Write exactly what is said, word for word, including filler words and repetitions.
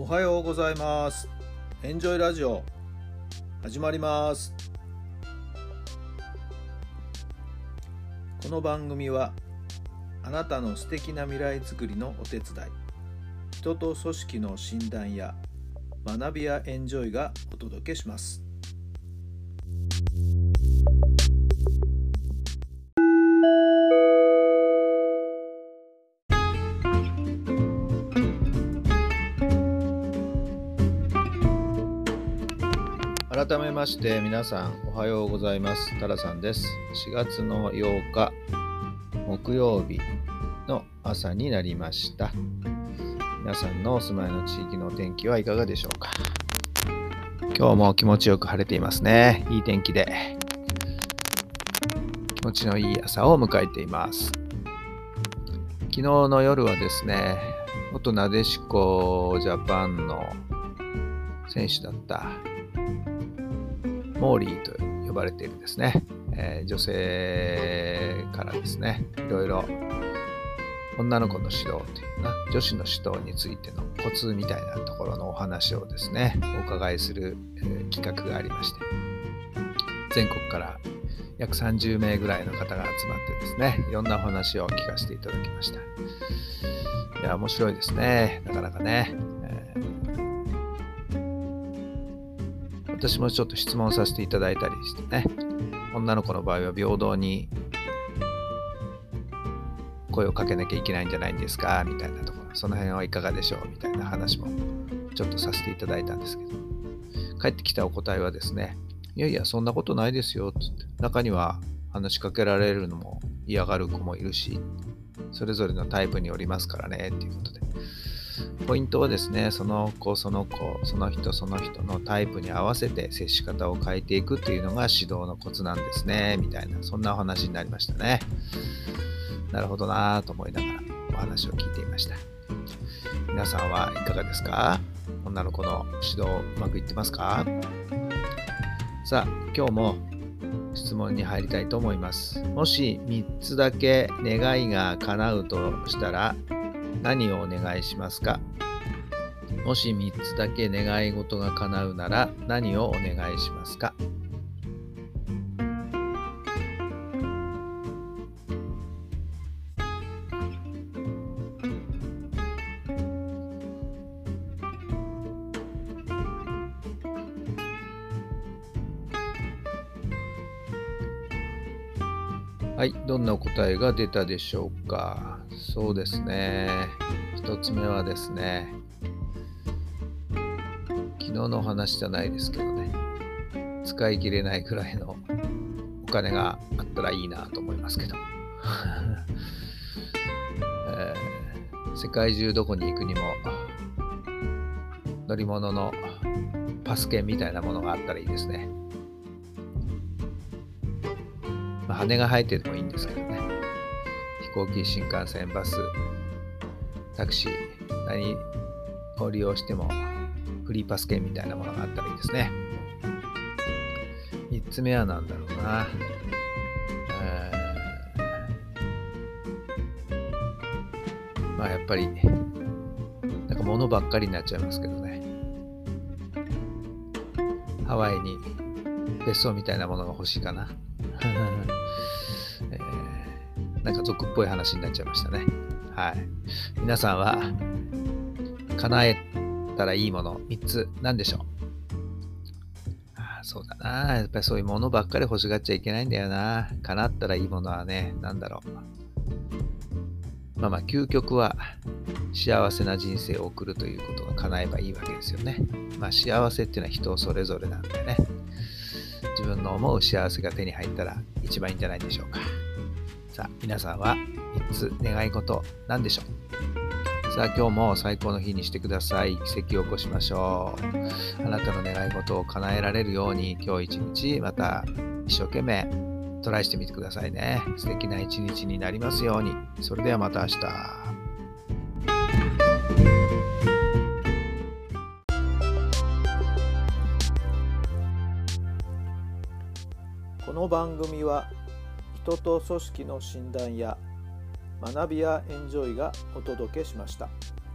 おはようございます。エンジョイラジオ始まります。この番組はあなたの素敵な未来づくりのお手伝い、人と組織の診断や学びやエンジョイがお届けします。改めまして皆さんおはようございます。タラさんです。しがつのようか木曜日の朝になりました。皆さんのお住まいの地域のお天気はいかがでしょうか。今日も気持ちよく晴れていますね。いい天気で気持ちのいい朝を迎えています。昨日の夜はですね、元なでしこジャパンの選手だったモーリーと呼ばれているですね、えー、女性からですね、いろいろ女の子の指導というな、女子の指導についてのコツみたいなところのお話をですね、お伺いする、えー、企画がありまして、全国から約さんじゅうめいぐらいの方が集まってですね、いろんなお話を聞かせていただきました。いや、面白いですね、なかなかね。私もちょっと質問させていただいたりしてね、女の子の場合は平等に声をかけなきゃいけないんじゃないんですかみたいなところ、その辺はいかがでしょうみたいな話もちょっとさせていただいたんですけど、帰ってきたお答えはですね、いやいやそんなことないですよって言って、中には話しかけられるのも嫌がる子もいるし、それぞれのタイプによりますからねっていうことで、ポイントはですね、その子その子その人その人のタイプに合わせて接し方を変えていくっていうのが指導のコツなんですねみたいな、そんなお話になりましたね。なるほどなぁと思いながらお話を聞いていました。皆さんはいかがですか？女の子の指導うまくいってますか？さあ、今日も質問に入りたいと思います。もしみっつだけ願いが叶うとしたら何をお願いしますか？もしみっつだけ願い事が叶うなら何をお願いしますか？はい、どんな答えが出たでしょうか。そうですね。一つ目はですね、昨日のお話じゃないですけどね、使い切れないくらいのお金があったらいいなと思いますけど、えー、世界中どこに行くにも乗り物のパス券みたいなものがあったらいいですね。まあ、羽が生えててもいいんですけどね。飛行機、新幹線、バス、タクシー、何を利用してもフリーパス券みたいなものがあったらいいですね。みっつめは何だろうな。えー、まあやっぱりなんか物ばっかりになっちゃいますけどね。ハワイに別荘みたいなものが欲しいかな。えー、なんか俗っぽい話になっちゃいましたね。はい。皆さんは叶えたらいいものみっつ何でしょう？あ、そうだな。やっぱりそういうものばっかり欲しがっちゃいけないんだよな。叶ったらいいものはね、なんだろう。まあまあ究極は幸せな人生を送るということが叶えばいいわけですよね。まあ幸せっていうのは人それぞれなんでね。自分の思う幸せが手に入ったら一番いいんじゃないでしょうか。さあ、皆さんはみっつ願い事何でしょう？さあ、今日も最高の日にしてください。奇跡を起こしましょう。あなたの願い事を叶えられるように、今日一日また一生懸命トライしてみてくださいね。素敵な一日になりますように。それではまた明日。この番組は人と組織の診断や学びやエンジョイがお届けしました。